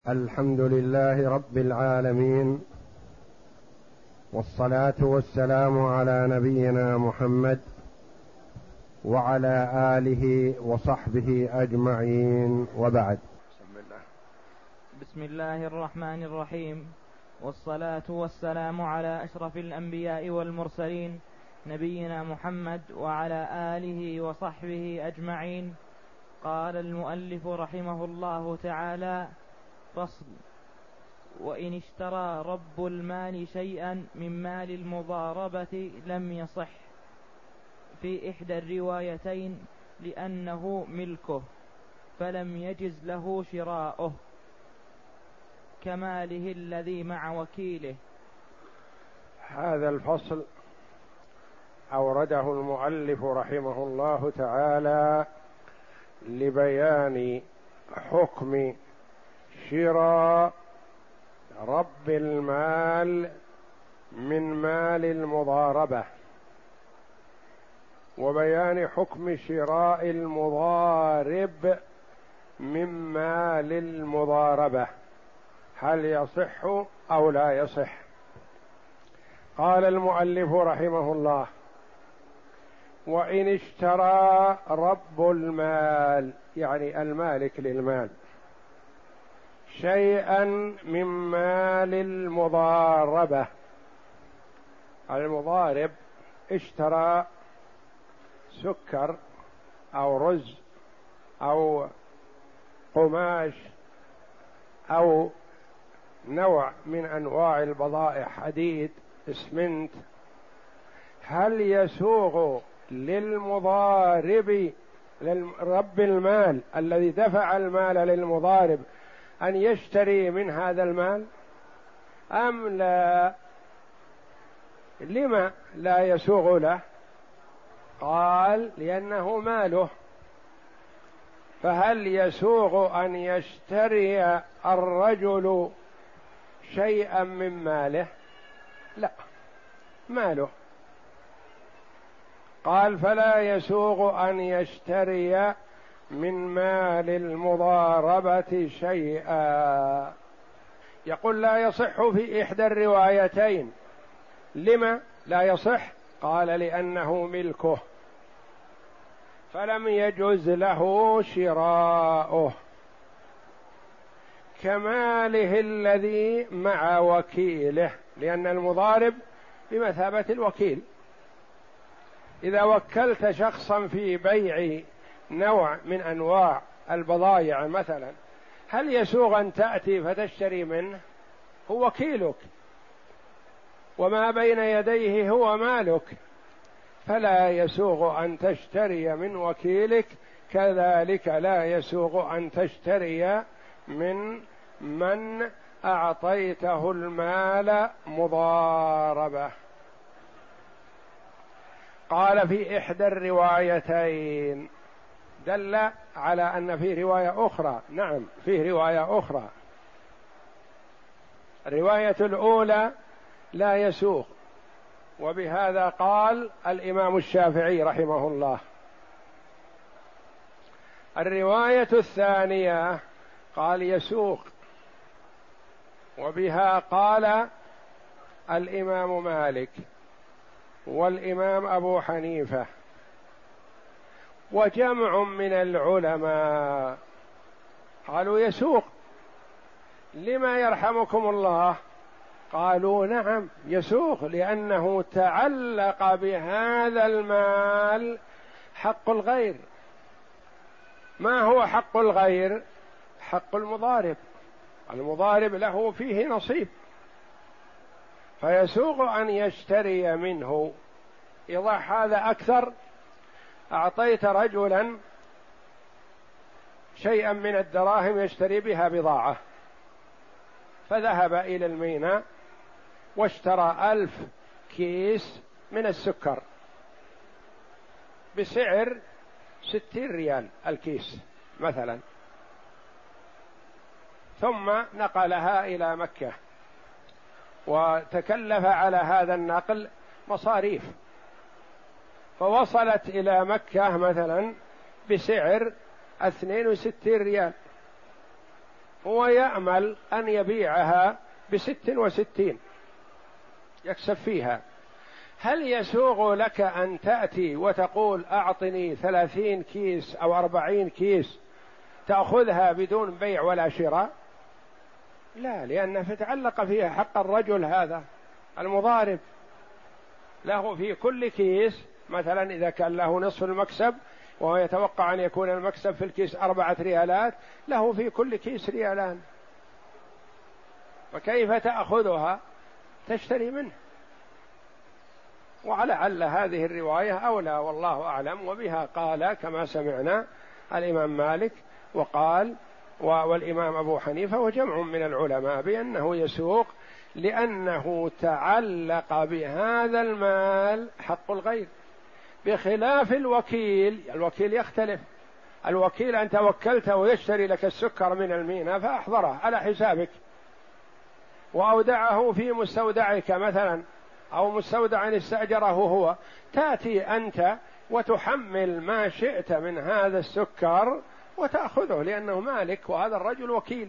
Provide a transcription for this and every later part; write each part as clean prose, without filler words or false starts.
الحمد لله رب العالمين، والصلاة والسلام على نبينا محمد وعلى آله وصحبه أجمعين، وبعد. بسم الله الرحمن الرحيم، والصلاة والسلام على أشرف الأنبياء والمرسلين نبينا محمد وعلى آله وصحبه أجمعين. قال المؤلف رحمه الله تعالى: فصل: وإن اشترى رب المال شيئا من مال المضاربة لم يصح في إحدى الروايتين لأنه ملكه فلم يجز له شراؤه كماله الذي مع وكيله. هذا الفصل أورده المؤلف رحمه الله تعالى لبيان حكم شراء رب المال من مال المضاربة، وبيان حكم شراء المضارب من مال المضاربة، هل يصح أو لا يصح؟ قال المؤلف رحمه الله: وإن اشترى رب المال، يعني المالك للمال، شيئا من مال المضاربة. المضارب اشترى سكر أو رز أو قماش أو نوع من أنواع البضائع، حديد، اسمنت، هل يسوغ للمضارب رب المال الذي دفع المال للمضارب أن يشتري من هذا المال أم لا؟ لما لا يسوغ له؟ قال: لأنه ماله. فهل يسوغ أن يشتري الرجل شيئا من ماله؟ لا، ماله. قال: فلا يسوغ أن يشتري من مال المضاربة شيئا. يقول: لا يصح في إحدى الروايتين. لما لا يصح؟ قال: لأنه ملكه فلم يجز له شراؤه كماله الذي مع وكيله، لأن المضارب بمثابة الوكيل. إذا وكلت شخصا في بيع نوع من أنواع البضائع مثلا، هل يسوغ أن تأتي فتشتري منه؟ هو وكيلك وما بين يديه هو مالك، فلا يسوغ أن تشتري من وكيلك، كذلك لا يسوغ أن تشتري من أعطيته المال مضاربة. قال: في إحدى الروايتين، دل على أن في رواية أخرى. نعم، في رواية أخرى. الرواية الأولى لا يسوغ، وبهذا قال الإمام الشافعي رحمه الله. الرواية الثانية قال يسوغ، وبها قال الإمام مالك والإمام أبو حنيفة وجمع من العلماء قالوا يسوغ. لما يرحمكم الله؟ قالوا: نعم يسوغ، لأنه تعلق بهذا المال حق الغير. ما هو حق الغير؟ حق المضارب. المضارب له فيه نصيب، فيسوغ أن يشتري منه. إيضاح هذا أكثر: أعطيت رجلا شيئا من الدراهم يشتري بها بضاعة، فذهب إلى الميناء واشترى 1000 كيس من السكر بسعر 60 ريال الكيس مثلا، ثم نقلها إلى مكة، وتكلف على هذا النقل مصاريف، فوصلت إلى مكة مثلا بسعر 62 ريال، هو يأمل أن يبيعها ب66 يكسب فيها، هل يسوغ لك أن تأتي وتقول أعطني 30 كيس أو 40 كيس تأخذها بدون بيع ولا شراء؟ لا، لأن فتعلق فيها حق الرجل هذا المضارب، له في كل كيس مثلا إذا كان له نصف المكسب وهو يتوقع أن يكون المكسب في الكيس 4 ريالات، له في كل كيس ريالان، فكيف تأخذها تشتري منه؟ ولعل هذه الرواية أولى والله أعلم، وبها قال كما سمعنا الإمام مالك وقال والإمام أبو حنيفة وجمع من العلماء بأنه يسوق، لأنه تعلق بهذا المال حق الغير، بخلاف الوكيل. الوكيل يختلف، الوكيل أنت وكلته ويشتري لك السكر من المينا فأحضره على حسابك وأودعه في مستودعك مثلا أو مستودع استأجره هو، تأتي أنت وتحمل ما شئت من هذا السكر وتأخذه لأنه مالك وهذا الرجل وكيل،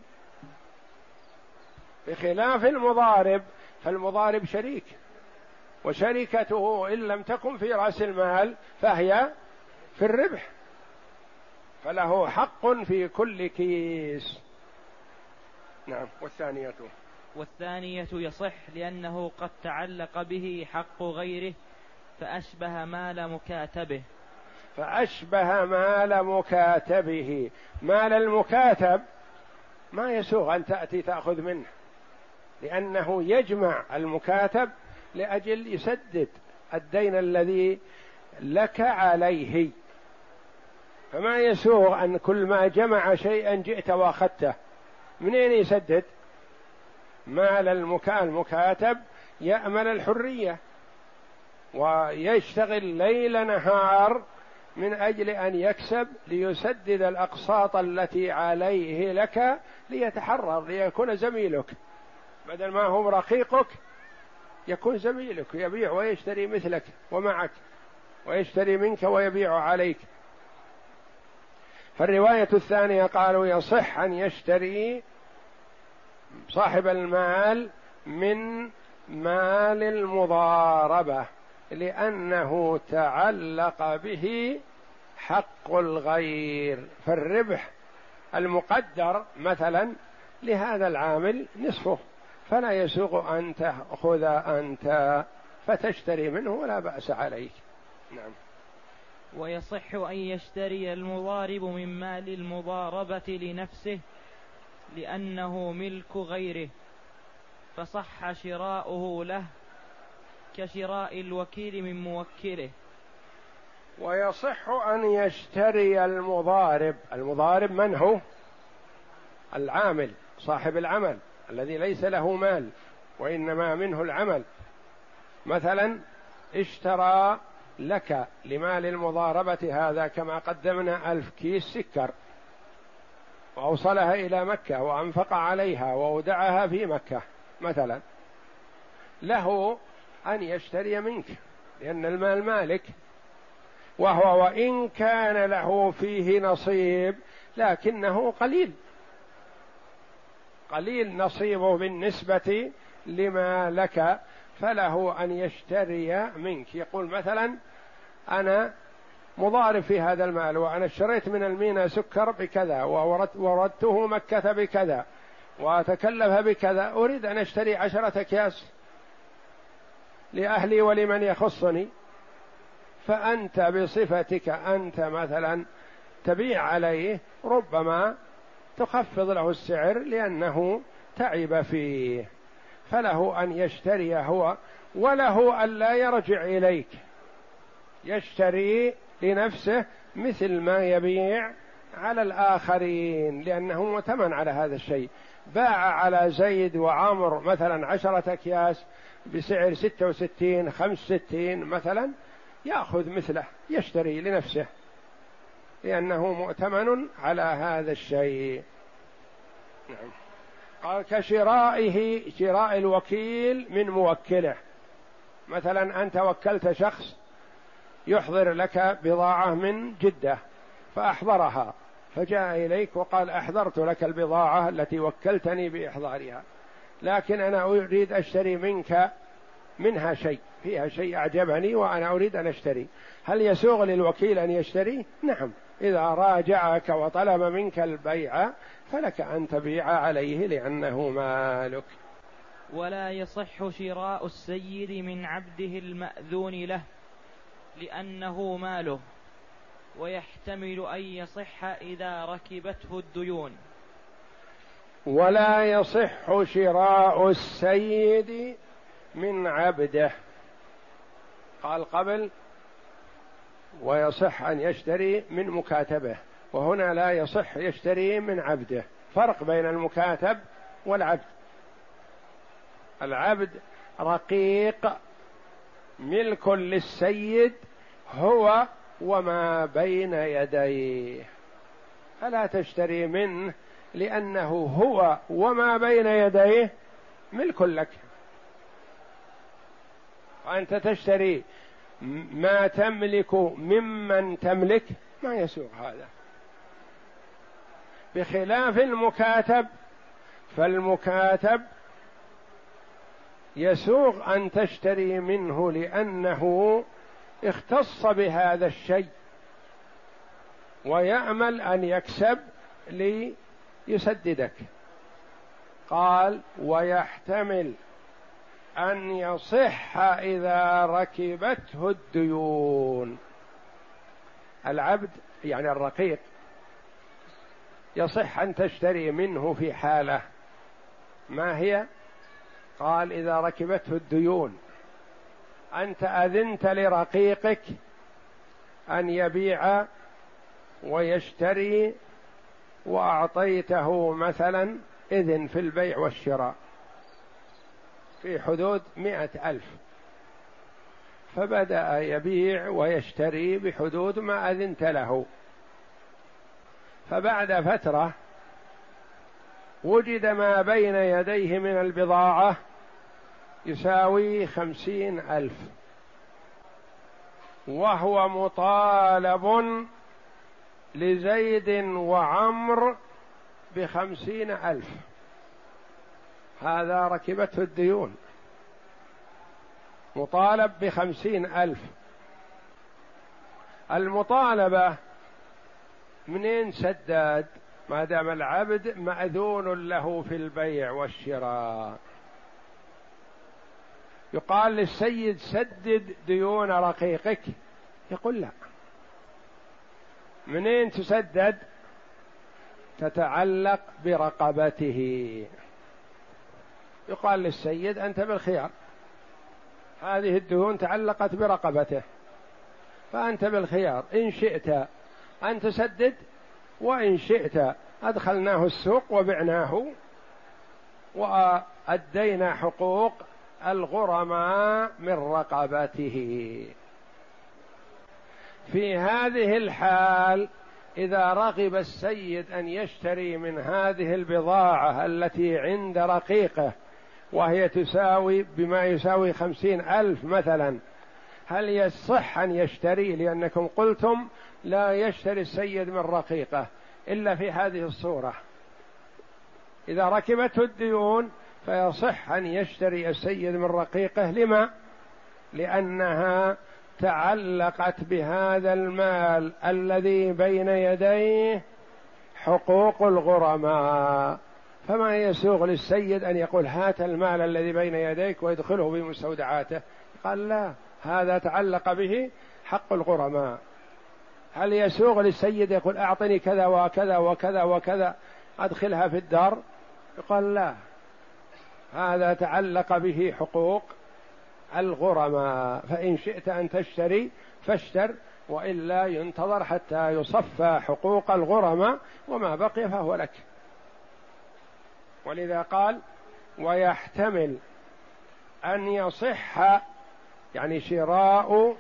بخلاف المضارب، فالمضارب شريك، وشركته إن لم تكن في رأس المال فهي في الربح، فله حق في كل كيس. نعم. والثانية يصح لأنه قد تعلق به حق غيره فأشبه مال مكاتبه. مال المكاتب ما يسوغ أن تأتي تأخذ منه، لأنه يجمع المكاتب لأجل يسدد الدين الذي لك عليه، فما يسوغ أن كل ما جمع شيئا جئت وأخذته، منين يسدد؟ مال المكاتب يأمل الحرية ويشتغل ليل نهار من أجل أن يكسب ليسدد الأقساط التي عليه لك ليتحرر، ليكون زميلك بدل ما هو رقيقك يكون زميلك، يبيع ويشتري مثلك ومعك، ويشتري منك ويبيع عليك. فالرواية الثانية قالوا يصح أن يشتري صاحب المال من مال المضاربة لأنه تعلق به حق الغير، فالربح المقدر مثلا لهذا العامل نصفه، فلا يسوغ أن تأخذ أنت فتشتري منه ولا بأس عليك. نعم. ويصح أن يشتري المضارب من مال المضاربة لنفسه لأنه ملك غيره فصح شراؤه له كشراء الوكيل من موكله. ويصح أن يشتري المضارب من هو؟ العامل صاحب العمل الذي ليس له مال وإنما منه العمل، مثلا اشترى لك لمال المضاربة هذا كما قدمنا 1000 كيس سكر وأوصلها إلى مكة وأنفق عليها وودعها في مكة مثلا، له أن يشتري منك لأن المال مالك، وهو وإن كان له فيه نصيب لكنه قليل نصيبه بالنسبة لما لك، فله أن يشتري منك. يقول مثلا أنا مضارب في هذا المال وأنا اشتريت من المينا سكر بكذا ووردته مكة بكذا وأتكلف بكذا، أريد أن أشتري 10 أكياس لأهلي ولمن يخصني، فأنت بصفتك أنت مثلا تبيع عليه، ربما تخفض له السعر لأنه تعب فيه، فله أن يشتري هو، وله أن لا يرجع إليك، يشتري لنفسه مثل ما يبيع على الآخرين لأنه مؤتمن على هذا الشيء. باع على زيد وعمر مثلا 10 أكياس بسعر 66 65 مثلا، يأخذ مثله يشتري لنفسه لأنه مؤتمن على هذا الشيء. نعم. قال كشرائه، شراء الوكيل من موكله، مثلا أنت وكلت شخص يحضر لك بضاعة من جدة فأحضرها فجاء إليك وقال أحضرت لك البضاعة التي وكلتني بإحضارها، لكن أنا أريد أشتري منها شيء، فيها شيء أعجبني وأنا أريد أن أشتري، هل يسوغ للوكيل أن يشتري؟ نعم، إذا راجعك وطلب منك البيع فلك أن تبيع عليه لأنه مالك. ولا يصح شراء السيد من عبده المأذون له لأنه ماله، ويحتمل أن يصح إذا ركبته الديون. ولا يصح شراء السيد من عبده، قال قبل ويصح أن يشتري من مكاتبه، وهنا لا يصح يشتري من عبده. فرق بين المكاتب والعبد. العبد رقيق ملك للسيد هو وما بين يديه، فلا تشتري منه لأنه هو وما بين يديه ملك لك، وأنت تشتري ما تملك ممن تملك، ما يسوغ هذا. بخلاف المكاتب، فالمكاتب يسوغ أن تشتري منه لأنه اختص بهذا الشيء ويأمل أن يكسب ليسددك. قال ويحتمل أن يصح إذا ركبته الديون. العبد يعني الرقيق يصح أن تشتري منه في حالة، ما هي؟ قال إذا ركبته الديون، أنت أذنت لرقيقك أن يبيع ويشتري وأعطيته مثلا إذن في البيع والشراء في حدود 100,000، فبدأ يبيع ويشتري بحدود ما أذنت له، فبعد فترة وجد ما بين يديه من البضاعة يساوي 50,000، وهو مطالب لزيد وعمر ب50,000، هذا ركبته الديون، مطالب ب50,000. المطالبة منين سداد؟ ما دام العبد مأذون له في البيع والشراء. يقال للسيد سدد ديون رقيقك، يقول لا. منين تسدد؟ تتعلق برقبته. يقال للسيد أنت بالخيار، هذه الديون تعلقت برقبته، فأنت بالخيار، إن شئت أن تسدد وإن شئت أدخلناه السوق وبعناه وأدينا حقوق الغرماء من رقبته. في هذه الحال إذا رغب السيد أن يشتري من هذه البضاعة التي عند رقيقه وهي تساوي بما يساوي 50,000 مثلا، هل يصح أن يشتري؟ لأنكم قلتم لا يشتري السيد من رقيقه إلا في هذه الصورة، إذا ركبته الديون فيصح أن يشتري السيد من رقيقه. لما؟ لأنها تعلقت بهذا المال الذي بين يديه حقوق الغرماء، فما يسوغ للسيد أن يقول هات المال الذي بين يديك ويدخله بمستودعاته، قال لا، هذا تعلق به حق الغرماء. هل يسوغ للسيد يقول أعطني كذا وكذا وكذا وكذا أدخلها في الدار؟ يقال لا، هذا تعلق به حقوق الغرماء، فإن شئت أن تشتري فاشتر، وإلا ينتظر حتى يصفى حقوق الغرماء وما بقي فهو لك. ولذا قال ويحتمل أن يصح يعني شراء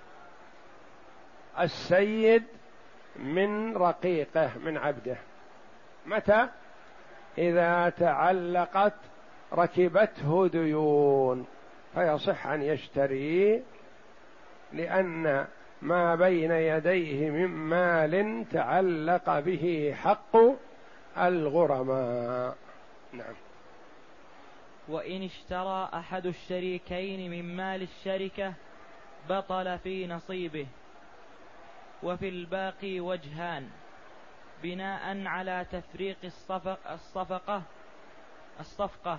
السيد من رقيقه من عبده. متى؟ إذا تعلقت ركبته ديون فيصح أن يشتري، لأن ما بين يديه من مال تعلق به حق الغرماء. نعم. وإن اشترى أحد الشريكين من مال الشركة بطل في نصيبه. وفي الباقي وجهان بناء على تفريق الصفقة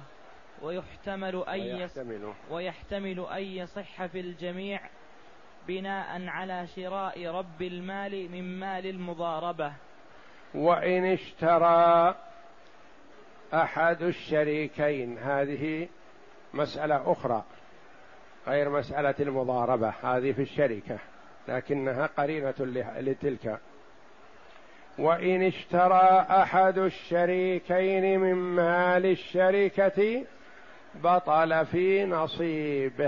ويحتمل أن يصح في الجميع بناء على شراء رب المال من مال المضاربة. وإن اشترى أحد الشريكين، هذه مسألة أخرى غير مسألة المضاربة، هذه في الشركة لكنها قرينة لتلك. وإن اشترى أحد الشريكين من مال الشركة بطل في نصيبه.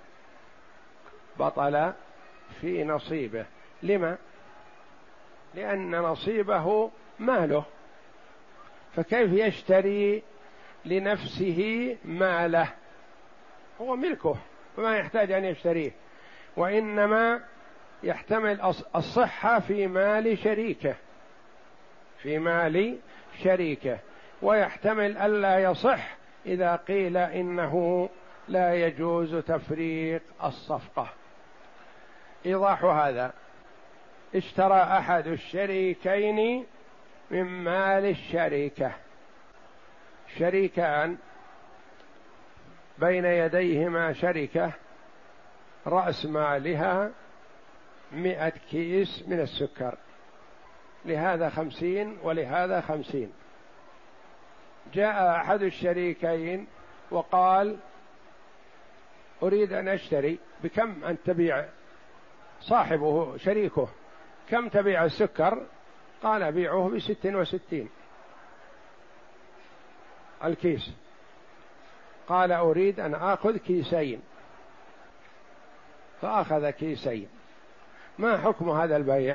بطل في نصيبه. لما؟ لأن نصيبه ماله، فكيف يشتري لنفسه ماله؟ هو ملكه فما يحتاج أن يشتريه، وإنما يحتمل الصحة في مال شريكه، في مال شريكه، ويحتمل ألا يصح إذا قيل إنه لا يجوز تفريق الصفقة. إيضاح هذا: اشترى أحد الشريكين من مال الشركة، شريكان بين يديهما شركة رأس مالها 100 كيس من السكر، لهذا 50 ولهذا 50. جاء أحد الشريكين وقال: أريد أن أشتري، بكم أن تبيع؟ صاحبه شريكه: كم تبيع السكر؟ قال: بيعه ب66 الكيس. قال: أريد أن آخذ كيسين، فأخذ كيسين. ما حكم هذا البيع؟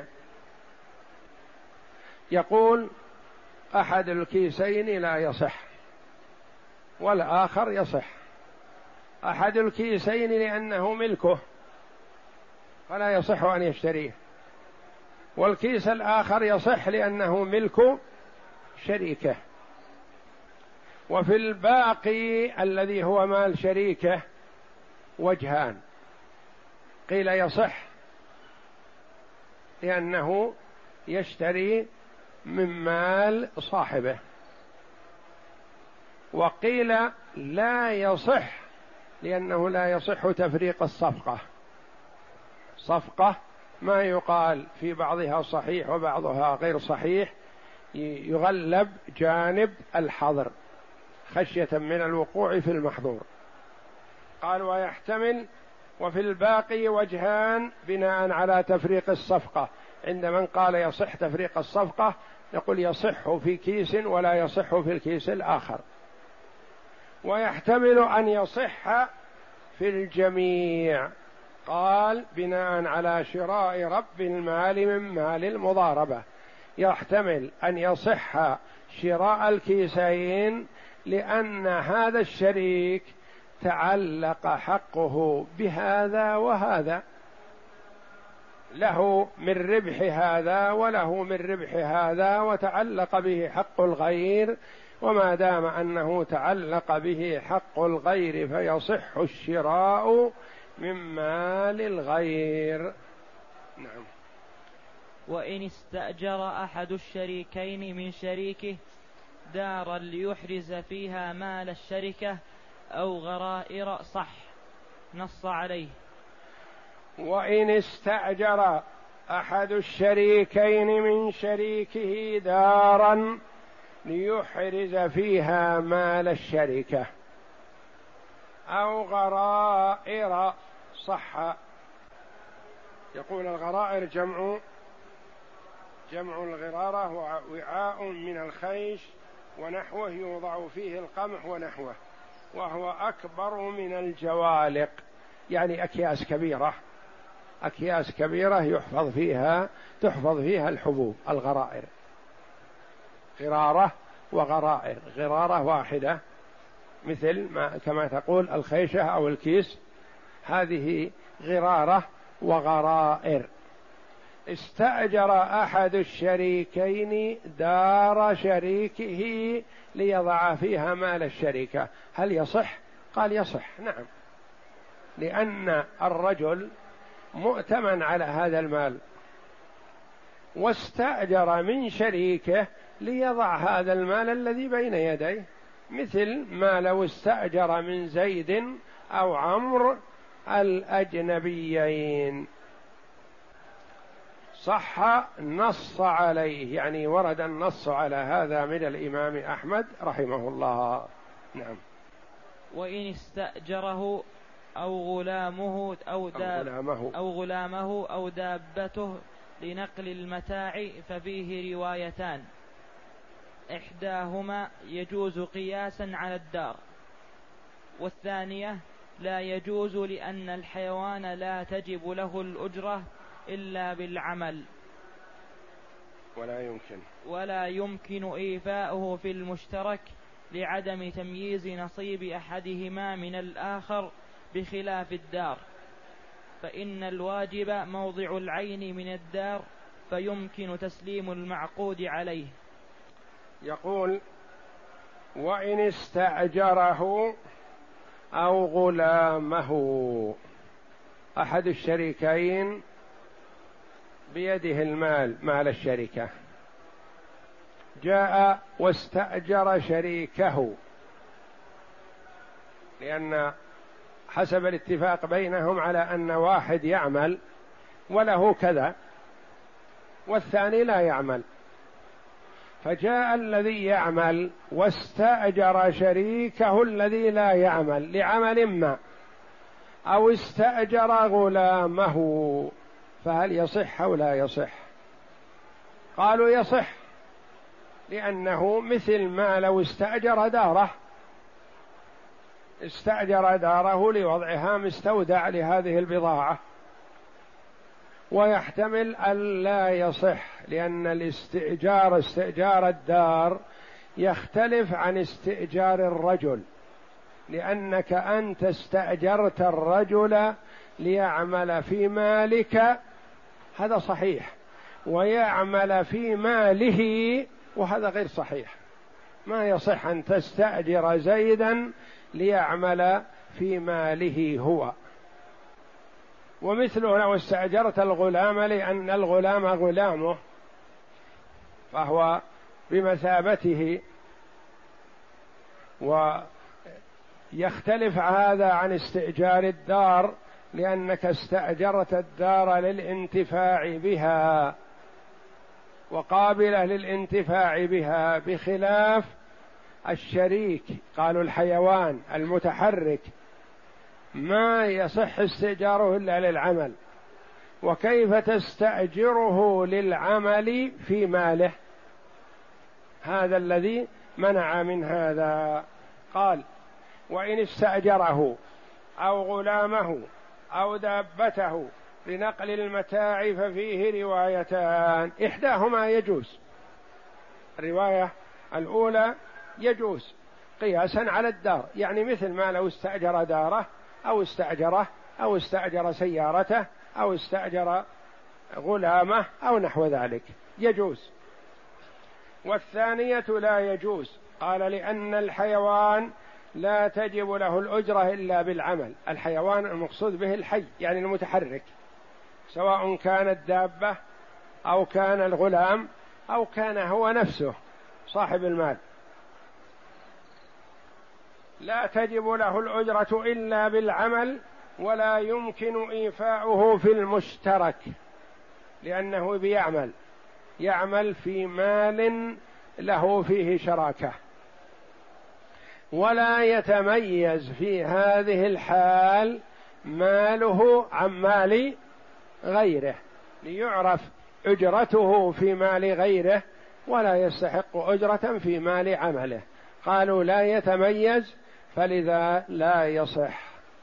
يقول: أحد الكيسين لا يصح والآخر يصح. أحد الكيسين لأنه ملكه فلا يصح أن يشتريه، والكيس الآخر يصح لأنه ملك شريكه. وفي الباقي الذي هو مال شريكه وجهان: قيل يصح لأنه يشتري من مال صاحبه، وقيل لا يصح لأنه لا يصح تفريق الصفقة. صفقة ما يقال في بعضها صحيح وبعضها غير صحيح، يغلب جانب الحظر خشية من الوقوع في المحظور. قال: ويحتمل وفي الباقي وجهان بناء على تفريق الصفقة. عند من قال يصح تفريق الصفقة نقول يصح في كيس ولا يصح في الكيس الآخر. ويحتمل أن يصح في الجميع، قال: بناء على شراء رب المال من مال المضاربة. يحتمل أن يصح شراء الكيسين لأن هذا الشريك تعلق حقه بهذا وهذا، له من ربح هذا وله من ربح هذا، وتعلق به حق الغير، وما دام أنه تعلق به حق الغير فيصح الشراء من مال الغير. نعم. وإن استأجر أحد الشريكين من شريكه دارا ليحرز فيها مال الشركة أو غرائر صح، نص عليه. وإن استأجر أحد الشريكين من شريكه دارا ليحرز فيها مال الشركة أو غرائر صح. يقول: الغرائر جمع الغرارة، وعاء من الخيش ونحوه يوضع فيه القمح ونحوه، وهو أكبر من الجوالق، يعني أكياس كبيرة تحفظ فيها الحبوب. الغرائر غرارة وغرائر، غرارة واحدة مثل ما كما تقول الخيشة أو الكيس، هذه غرارة وغرائر. استأجر أحد الشريكين دار شريكه ليضع فيها مال الشركة، هل يصح؟ قال يصح، نعم، لأن الرجل مؤتمن على هذا المال، واستأجر من شريكه ليضع هذا المال الذي بين يديه، مثل ما لو استأجر من زيد أو عمرو الأجنبيين. صح، نص عليه، يعني ورد النص على هذا من الإمام أحمد رحمه الله. نعم. وإن استأجره أو غلامه أو دابته لنقل المتاع ففيه روايتان، إحداهما يجوز قياسا على الدار، والثانية لا يجوز لأن الحيوان لا تجب له الأجرة إلا بالعمل، ولا يمكن إيفاؤه في المشترك لعدم تمييز نصيب أحدهما من الآخر بخلاف الدار، فإن الواجب موضع العين من الدار فيمكن تسليم المعقود عليه. يقول: وإن استأجره أو غلامه، أحد الشريكين بيده مال الشركة، جاء واستأجر شريكه، لأن حسب الاتفاق بينهم على أن واحد يعمل وله كذا والثاني لا يعمل، فجاء الذي يعمل واستأجر شريكه الذي لا يعمل لعمل ما، أو استأجر غلامه، فهل يصح أو لا يصح؟ قالوا يصح، لأنه مثل ما لو استأجر داره لوضعها مستودع لهذه البضاعة، ويحتمل أن لا يصح، لأن استئجار الدار يختلف عن استئجار الرجل، لأنك أنت استأجرت الرجل ليعمل في مالك، هذا صحيح، ويعمل في ماله، وهذا غير صحيح. ما يصح أن تستأجر زيدا ليعمل في ماله هو. ومثله لو استأجرت الغلام لأن الغلام غلامه فهو بمثابته، ويختلف هذا عن استئجار الدار، لأنك استأجرت الدار للانتفاع بها وقابلة للانتفاع بها، بخلاف الشريك. قالوا الحيوان المتحرك ما يصح استئجاره إلا للعمل، وكيف تستأجره للعمل في ماله؟ هذا الذي منع من هذا. قال: وإن استأجره أو غلامه أو دابته لنقل المتاع ففيه روايتان، إحداهما يجوز، الرواية الأولى يجوز قياسا على الدار، يعني مثل ما لو استأجر داره أو استأجر سيارته أو استأجر غلامه أو نحو ذلك، يجوز. والثانية لا يجوز، قال: لأن الحيوان لا تجب له الأجرة إلا بالعمل. الحيوان المقصود به الحي، يعني المتحرك، سواء كان الدابة أو كان الغلام أو كان هو نفسه صاحب المال، لا تجب له الأجرة إلا بالعمل، ولا يمكن إيفاؤه في المشترك، لأنه يعمل في مال له فيه شراكة، ولا يتميز في هذه الحال ماله عن مال غيره، ليعرف أجرته في مال غيره ولا يستحق أجرة في مال عمله. قالوا لا يتميز، فلذا لا يصح.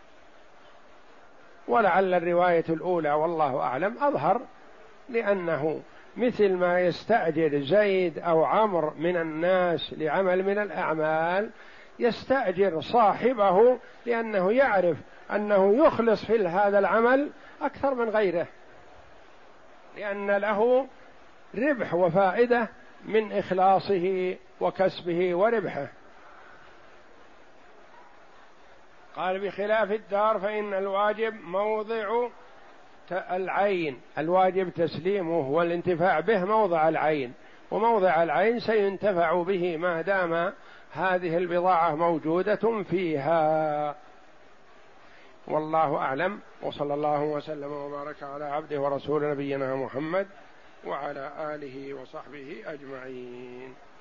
ولعل الرواية الأولى والله أعلم أظهر، لأنه مثل ما يستأجر زيد أو عمرو من الناس لعمل من الأعمال، يستأجر صاحبه لأنه يعرف أنه يخلص في هذا العمل أكثر من غيره، لأن له ربح وفائدة من إخلاصه وكسبه وربحه. قال بخلاف الدار فإن الواجب موضع العين، الواجب تسليمه والانتفاع به موضع العين، وموضع العين سينتفع به ما دام هذه البضاعة موجودة فيها. والله أعلم، وصلى الله وسلم وبارك على عبده ورسول نبينا محمد وعلى آله وصحبه أجمعين.